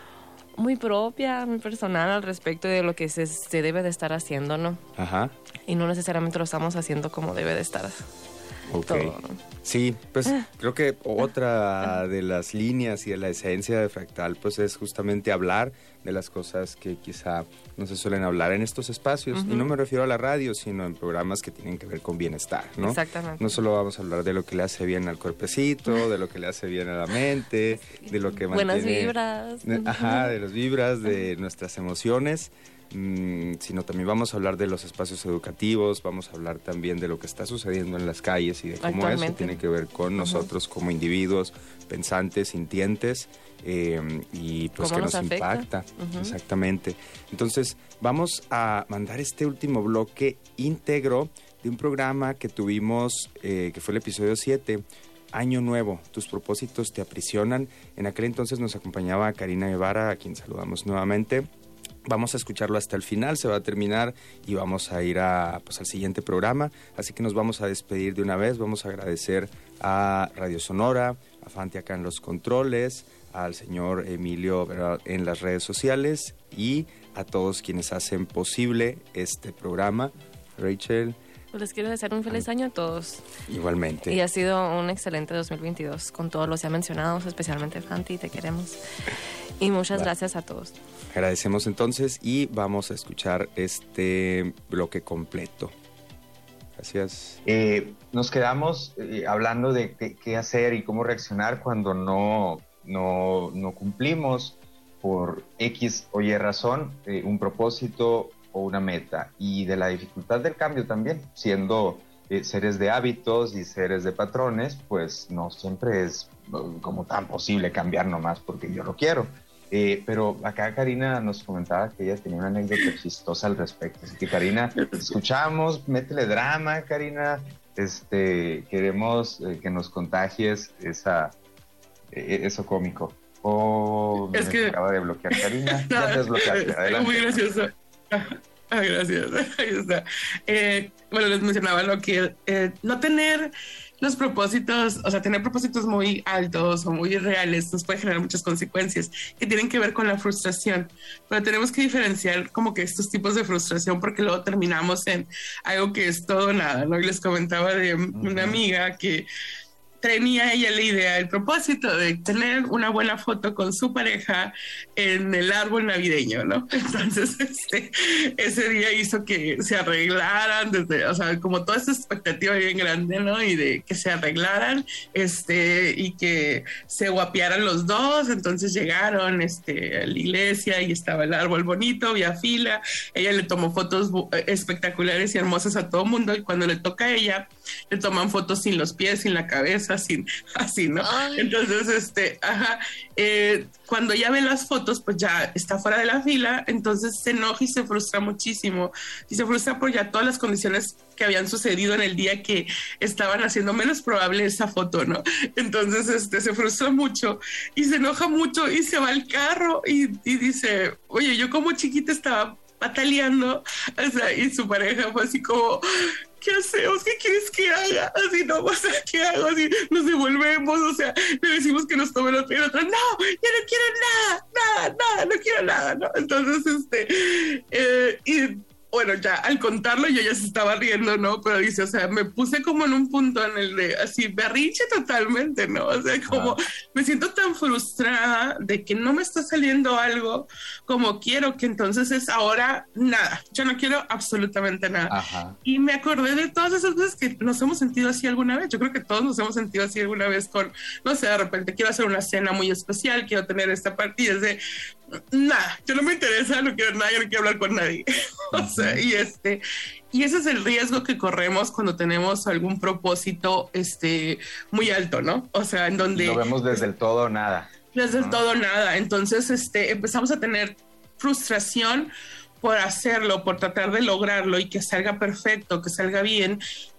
muy propia, muy personal al respecto de lo que se, se debe de estar haciendo, ¿no? Ajá. Y no necesariamente lo estamos haciendo como debe de estar. Ok. Todo, ¿no? Sí, pues creo que otra de las líneas y de la esencia de Fractal pues es justamente hablar de las cosas que quizá no se suelen hablar en estos espacios. Uh-huh. Y no me refiero a la radio, sino en programas que tienen que ver con bienestar, ¿no? Exactamente. No solo vamos a hablar de lo que le hace bien al cuerpecito, de lo que le hace bien a la mente, de lo que mantiene... Buenas vibras. Ajá, de las vibras, de nuestras emociones. Mm, sino también vamos a hablar de los espacios educativos, vamos a hablar también de lo que está sucediendo en las calles y de cómo eso tiene que ver con uh-huh. nosotros como individuos pensantes, sintientes, eh, y pues que nos, nos impacta. Uh-huh. Exactamente. Entonces vamos a mandar este último bloque íntegro de un programa que tuvimos, eh, que fue el episodio siete, Año Nuevo, tus propósitos te aprisionan. En aquel entonces nos acompañaba Karina Guevara, a quien saludamos nuevamente. Vamos a escucharlo hasta el final, se va a terminar y vamos a ir a, pues, al siguiente programa. Así que nos vamos a despedir de una vez. Vamos a agradecer a Radio Sonora, a Fanti acá en los controles, al señor Emilio en las redes sociales y a todos quienes hacen posible este programa. Rachel. Pues les quiero desear un feliz año a todos. Igualmente. Y ha sido un excelente dos mil veintidós con todos los ya mencionados, especialmente Fanti, te queremos. Y muchas Va. gracias a todos. Agradecemos entonces y vamos a escuchar este bloque completo. Gracias. Eh, nos quedamos eh, hablando de qué, qué hacer y cómo reaccionar cuando no, no, no cumplimos por X o Y razón eh, un propósito o una meta, y de la dificultad del cambio también, siendo eh, seres de hábitos y seres de patrones, pues no siempre es como tan posible cambiar nomás porque yo lo quiero. Eh, pero acá Karina nos comentaba que ella tenía una anécdota chistosa al respecto. Así que Karina, escuchamos, métele drama, Karina. Este, queremos eh, que nos contagies esa, eh, eso cómico. Oh, es me que... acaba de bloquear Karina. No, ya te desbloqueaste, adelante. Muy gracioso. Ah, gracias. Ahí está. Eh, bueno, les mencionaba lo que eh, no tener los propósitos, o sea, tener propósitos muy altos o muy reales nos puede generar muchas consecuencias que tienen que ver con la frustración, pero tenemos que diferenciar como que estos tipos de frustración, porque luego terminamos en algo que es todo o nada, ¿no? Y les comentaba de una amiga que tenía ella la idea, el propósito de tener una buena foto con su pareja en el árbol navideño, ¿no? Entonces, este, ese día hizo que se arreglaran, desde, o sea, como toda esta expectativa bien grande, ¿no? Y de que se arreglaran, este, y que se guapearan los dos. Entonces llegaron, este, a la iglesia y estaba el árbol bonito, había fila. Ella le tomó fotos espectaculares y hermosas a todo mundo, y cuando le toca a ella, le toman fotos sin los pies, sin la cabeza, sin, así, ¿no? Ay. Entonces, este, ajá, eh, cuando ya ve las fotos, pues ya está fuera de la fila, entonces se enoja y se frustra muchísimo, y se frustra por ya todas las condiciones que habían sucedido en el día que estaban haciendo menos probable esa foto, ¿no? Entonces, este, se frustra mucho y se enoja mucho y se va al carro y, y dice, oye, yo como chiquita estaba pataleando, o sea, y su pareja fue así como, ¿qué hacemos? ¿Qué quieres que haga? Así, no, o sea, ¿qué hago? Así, nos devolvemos, o sea, le decimos que nos tome los pies, otra, no, yo no quiero nada, nada, nada, no quiero nada, ¿no? Entonces, este, eh, y bueno, ya al contarlo yo ya se estaba riendo, ¿no? Pero dice, o sea, me puse como en un punto en el de, así, berrinche totalmente, ¿no? O sea, como ah. me siento tan frustrada de que no me está saliendo algo como quiero, que entonces es ahora nada. Yo no quiero absolutamente nada. Ajá. Y me acordé de todas esas veces que nos hemos sentido así alguna vez. Yo creo que todos nos hemos sentido así alguna vez con, no sé, de repente quiero hacer una cena muy especial, quiero tener esta partida, es de, nada, yo no me interesa, no quiero nada, yo no quiero hablar con nadie. O sea, y este, y ese es el riesgo que corremos cuando tenemos algún propósito este muy alto, ¿no? O sea, en donde lo vemos desde el todo o nada. Desde ¿no? el todo nada. Entonces, este, empezamos a tener frustración por hacerlo, por tratar de lograrlo y que salga perfecto, que salga bien,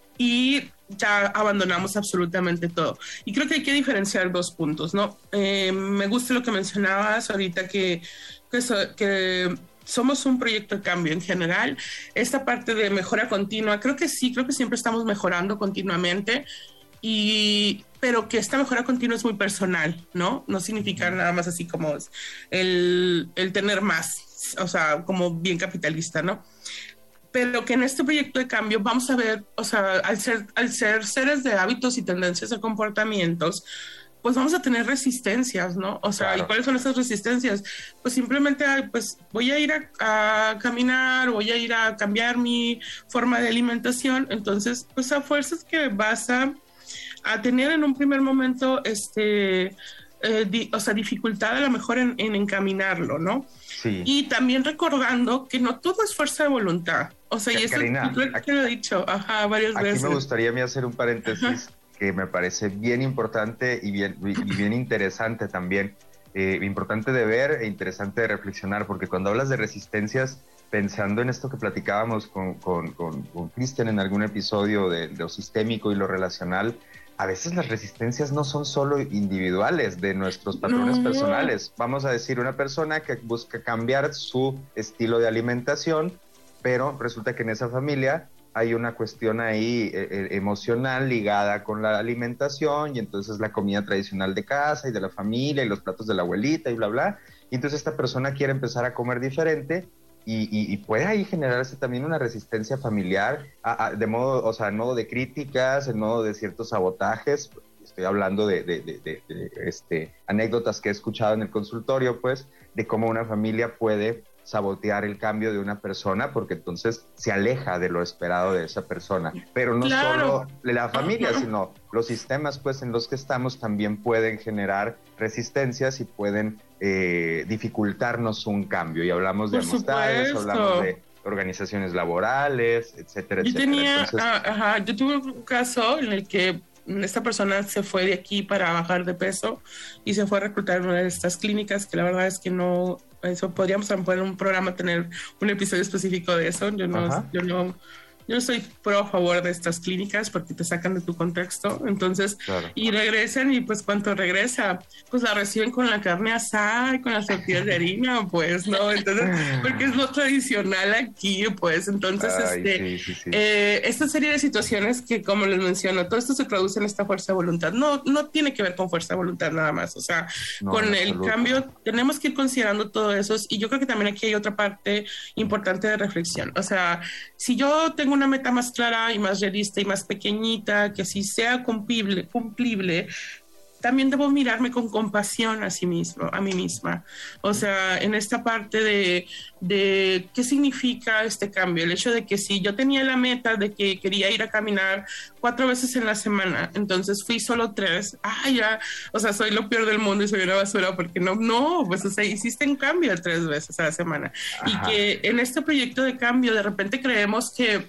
y ya abandonamos absolutamente todo. Y creo que hay que diferenciar dos puntos, ¿no? Eh, me gusta lo que mencionabas ahorita, que, que, so, que somos un proyecto de cambio en general. Esta parte de mejora continua, creo que sí, creo que siempre estamos mejorando continuamente, y, pero que esta mejora continua es muy personal, ¿no? No significa nada más así como el, el tener más, o sea, como bien capitalista, ¿no? Pero que en este proyecto de cambio vamos a ver, o sea, al ser, al ser seres de hábitos y tendencias de comportamientos, pues vamos a tener resistencias, ¿no? O sea, claro. ¿Y cuáles son esas resistencias? Pues simplemente, pues voy a ir a, a caminar, voy a ir a cambiar mi forma de alimentación, entonces, pues a fuerzas que vas a, a tener en un primer momento, este, eh, di, o sea, dificultad a lo mejor en, en encaminarlo, ¿no? Sí. Y también recordando que no todo es fuerza de voluntad. O sea, y eso que lo he dicho ajá, varias aquí veces. Aquí me gustaría a mí hacer un paréntesis ajá. que me parece bien importante y bien, y bien interesante también. Eh, importante de ver e interesante de reflexionar, porque cuando hablas de resistencias, pensando en esto que platicábamos con, con, con, con Cristian en algún episodio de, de lo sistémico y lo relacional, a veces las resistencias no son solo individuales de nuestros patrones no. personales. Vamos a decir, una persona que busca cambiar su estilo de alimentación, pero resulta que en esa familia hay una cuestión ahí eh, emocional ligada con la alimentación, y entonces la comida tradicional de casa y de la familia y los platos de la abuelita y bla, bla. Y entonces esta persona quiere empezar a comer diferente, Y, y, y puede ahí generarse también una resistencia familiar, a, a, de modo, o sea, en modo de críticas, en modo de ciertos sabotajes. Estoy hablando de, de, de, de, de este, anécdotas que he escuchado en el consultorio, pues, de cómo una familia puede sabotear el cambio de una persona, porque entonces se aleja de lo esperado de esa persona. Pero no claro. solo la familia, uh-huh. sino los sistemas, pues, en los que estamos también pueden generar resistencias y pueden eh, dificultarnos un cambio. Y hablamos de Por amistades, supuesto. hablamos de organizaciones laborales, etcétera, yo etcétera. Tenía, entonces, ah, ajá, yo tuve un caso en el que esta persona se fue de aquí para bajar de peso y se fue a reclutar en una de estas clínicas, que la verdad es que no, eso podríamos poner un programa, tener un episodio específico de eso. Yo no, yo no, yo no estoy pro a favor de estas clínicas porque te sacan de tu contexto, entonces, claro. y regresan, y pues cuando regresa, pues la reciben con la carne asada y con las tortillas de harina, pues, ¿no? Entonces, porque es lo tradicional aquí, pues, entonces, Ay, este, sí, sí, sí. Eh, esta serie de situaciones que, como les menciono, todo esto se traduce en esta fuerza de voluntad, no, no tiene que ver con fuerza de voluntad nada más, o sea, no, con el absoluto. cambio, tenemos que ir considerando todo eso, y yo creo que también aquí hay otra parte importante de reflexión, o sea, si yo tengo una meta más clara y más realista y más pequeñita, que así sea cumplible, cumplible, también debo mirarme con compasión a sí mismo, a mí misma. O sea, en esta parte de, de qué significa este cambio. El hecho de que si yo tenía la meta de que quería ir a caminar cuatro veces en la semana, entonces fui solo tres, ah, ya, o sea, soy lo peor del mundo y soy una basura porque no, no, pues, o sea, hiciste un cambio tres veces a la semana. Ajá. Y que en este proyecto de cambio de repente creemos que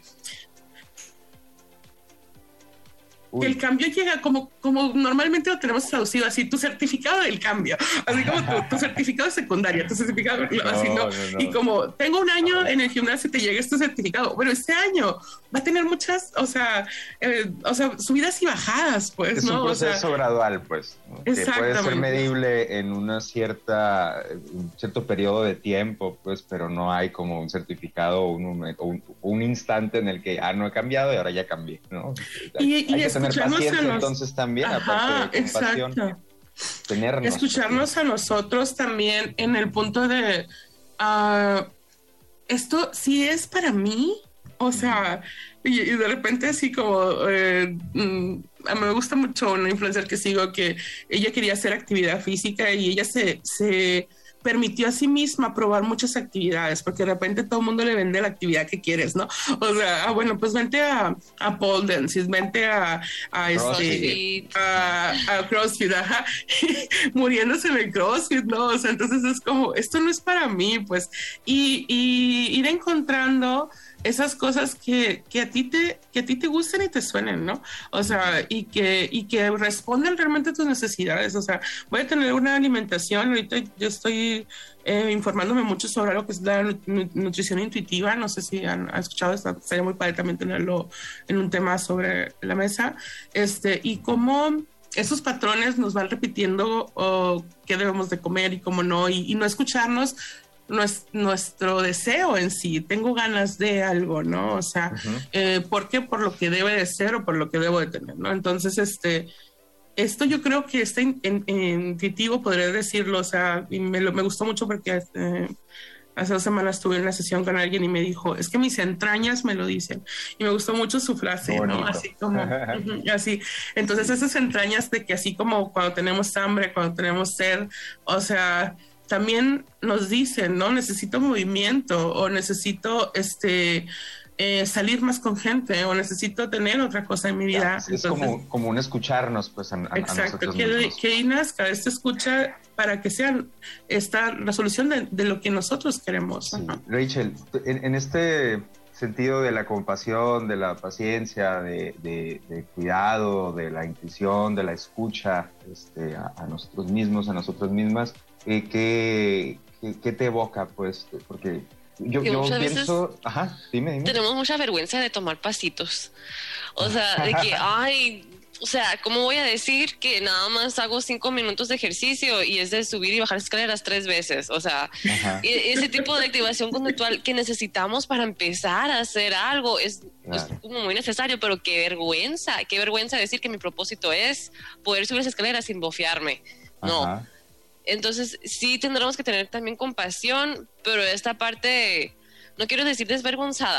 Uy. que el cambio llega como, como normalmente lo tenemos traducido así, tu certificado del cambio, así como tu, tu certificado de secundaria, tu certificado, no, así, ¿no? No, no. Y como tengo un año en el gimnasio y te llega este certificado, bueno, este año va a tener muchas, o sea, eh, o sea, subidas y bajadas, pues, es ¿no? Es un proceso o sea, gradual, pues, ¿no? Que puede ser medible en una cierta, un cierto periodo de tiempo, pues, pero no hay como un certificado o un, un, un instante en el que, ah, no he cambiado y ahora ya cambié, ¿no? Y, hay y que tener paciencia, nos... entonces también, Ajá, aparte de compasión, exacto. tenernos. Escucharnos porque... a nosotros también en el punto de, uh, esto sí es para mí, o sea, y, y de repente así como, eh, mm, me gusta mucho una influencer que sigo que ella quería hacer actividad física y ella se... se permitió a sí misma probar muchas actividades, porque de repente todo el mundo le vende la actividad que quieres, ¿no? O sea, ah, bueno, pues vente a, a pole dance, vente a, a, este, a, a CrossFit, ajá, muriéndose en el CrossFit, ¿no? O sea, entonces es como, esto no es para mí, pues, y, y ir encontrando esas cosas que, que, a ti te, que a ti te gusten y te suenen, ¿no? O sea, y que, y que responden realmente a tus necesidades. O sea, voy a tener una alimentación, ahorita yo estoy eh, informándome mucho sobre lo que es la nutrición intuitiva, no sé si han, han escuchado esto, sería muy padre también tenerlo en un tema sobre la mesa, este, y cómo esos patrones nos van repitiendo oh, qué debemos de comer y cómo no, y, y no escucharnos nuestro deseo en sí, tengo ganas de algo, ¿no? O sea, uh-huh. eh, ¿por qué? Por lo que debe de ser o por lo que debo de tener, ¿no? Entonces, este, esto yo creo que está in, in, intuitivo, podría decirlo, o sea, y me, lo, me gustó mucho porque eh, hace dos semanas tuve una sesión con alguien y me dijo, es que mis entrañas me lo dicen, y me gustó mucho su frase, ¿no? Así como, uh-huh, así, entonces esas entrañas de que así como cuando tenemos hambre, cuando tenemos sed, o sea, también nos dicen, ¿no? Necesito movimiento o necesito este eh, salir más con gente o necesito tener otra cosa en mi vida. Es Entonces, como, como un escucharnos, pues, a, a, exacto, a nosotros que, mismos. Que nazca esta escucha para que sea esta resolución de, de lo que nosotros queremos. Sí. Rachel, en, en este sentido de la compasión, de la paciencia, de, de, de cuidado, de la intuición, de la escucha este, a, a nosotros mismos, a nosotras mismas, Eh, ¿qué, qué, ¿qué te evoca? Pues, porque yo, yo pienso... Ajá, dime, dime. Tenemos mucha vergüenza de tomar pasitos. O sea, de que, ay, o sea, ¿cómo voy a decir que nada más hago cinco minutos de ejercicio y es de subir y bajar escaleras tres veces? O sea, Ajá. ese tipo de activación conductual que necesitamos para empezar a hacer algo es, claro. es como muy necesario, pero qué vergüenza, qué vergüenza decir que mi propósito es poder subir las escaleras sin bofearme. No. Ajá. Entonces, sí tendremos que tener también compasión, pero esta parte, no quiero decir desvergonzada,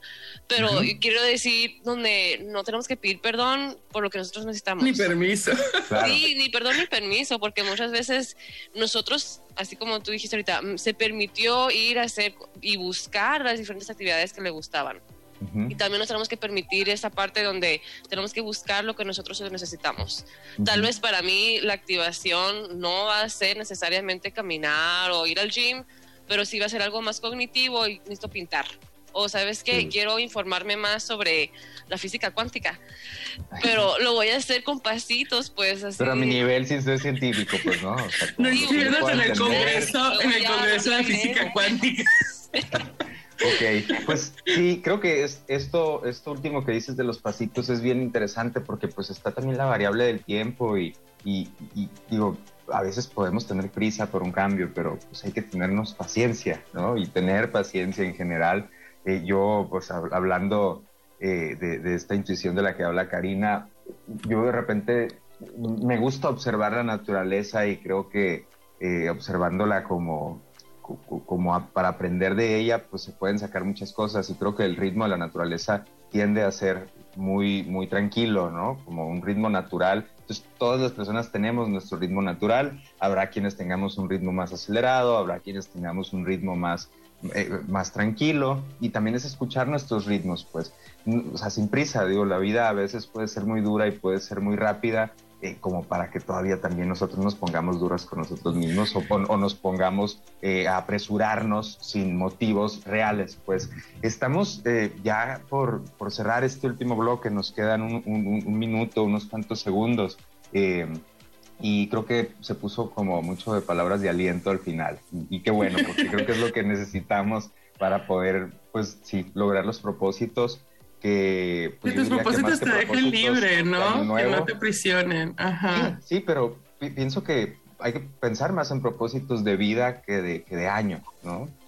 pero uh-huh. quiero decir donde no tenemos que pedir perdón por lo que nosotros necesitamos. Ni permiso. Claro. Sí, ni perdón ni permiso, porque muchas veces nosotros, así como tú dijiste ahorita, se permitió ir a hacer y buscar las diferentes actividades que le gustaban. Uh-huh. Y también nos tenemos que permitir esa parte donde tenemos que buscar lo que nosotros necesitamos. Uh-huh. Tal vez para mí la activación no va a ser necesariamente caminar o ir al gym, pero sí va a ser algo más cognitivo y necesito pintar. O sabes que sí. quiero informarme más sobre la física cuántica, pero lo voy a hacer con pasitos, pues así. Pero a mi nivel sin ser científico, pues no. O sea, no inscribiéndote en el congreso, en el congreso de física cuántica. Ok, pues sí, creo que es, esto, esto último que dices de los pasitos es bien interesante porque pues está también la variable del tiempo y, y, y digo, a veces podemos tener prisa por un cambio, pero pues hay que tenernos paciencia, ¿no? Y tener paciencia en general. Eh, yo, pues hablando eh, de, de esta intuición de la que habla Karina, yo de repente me gusta observar la naturaleza y creo que eh, observándola como... como a, para aprender de ella, pues se pueden sacar muchas cosas, y creo que el ritmo de la naturaleza tiende a ser muy, muy tranquilo, ¿no? Como un ritmo natural. Entonces, todas las personas tenemos nuestro ritmo natural. Habrá quienes tengamos un ritmo más acelerado, habrá quienes tengamos un ritmo más, eh, más tranquilo, y también es escuchar nuestros ritmos, pues, o sea, sin prisa. Digo, la vida a veces puede ser muy dura y puede ser muy rápida, Eh, como para que todavía también nosotros nos pongamos duras con nosotros mismos, o, o nos pongamos eh, a apresurarnos sin motivos reales. Pues estamos eh, ya por, por cerrar este último bloque, nos quedan un, un, un minuto, unos cuantos segundos, eh, y creo que se puso como mucho de palabras de aliento al final, y, y qué bueno, porque creo que es lo que necesitamos para poder, pues sí, lograr los propósitos. Que, pues, que tus propósitos que te dejen libre, ¿no? Que no te aprisionen. Ajá. Sí, sí, pero pi- pienso que hay que pensar más en propósitos de vida que de, que de año, ¿no?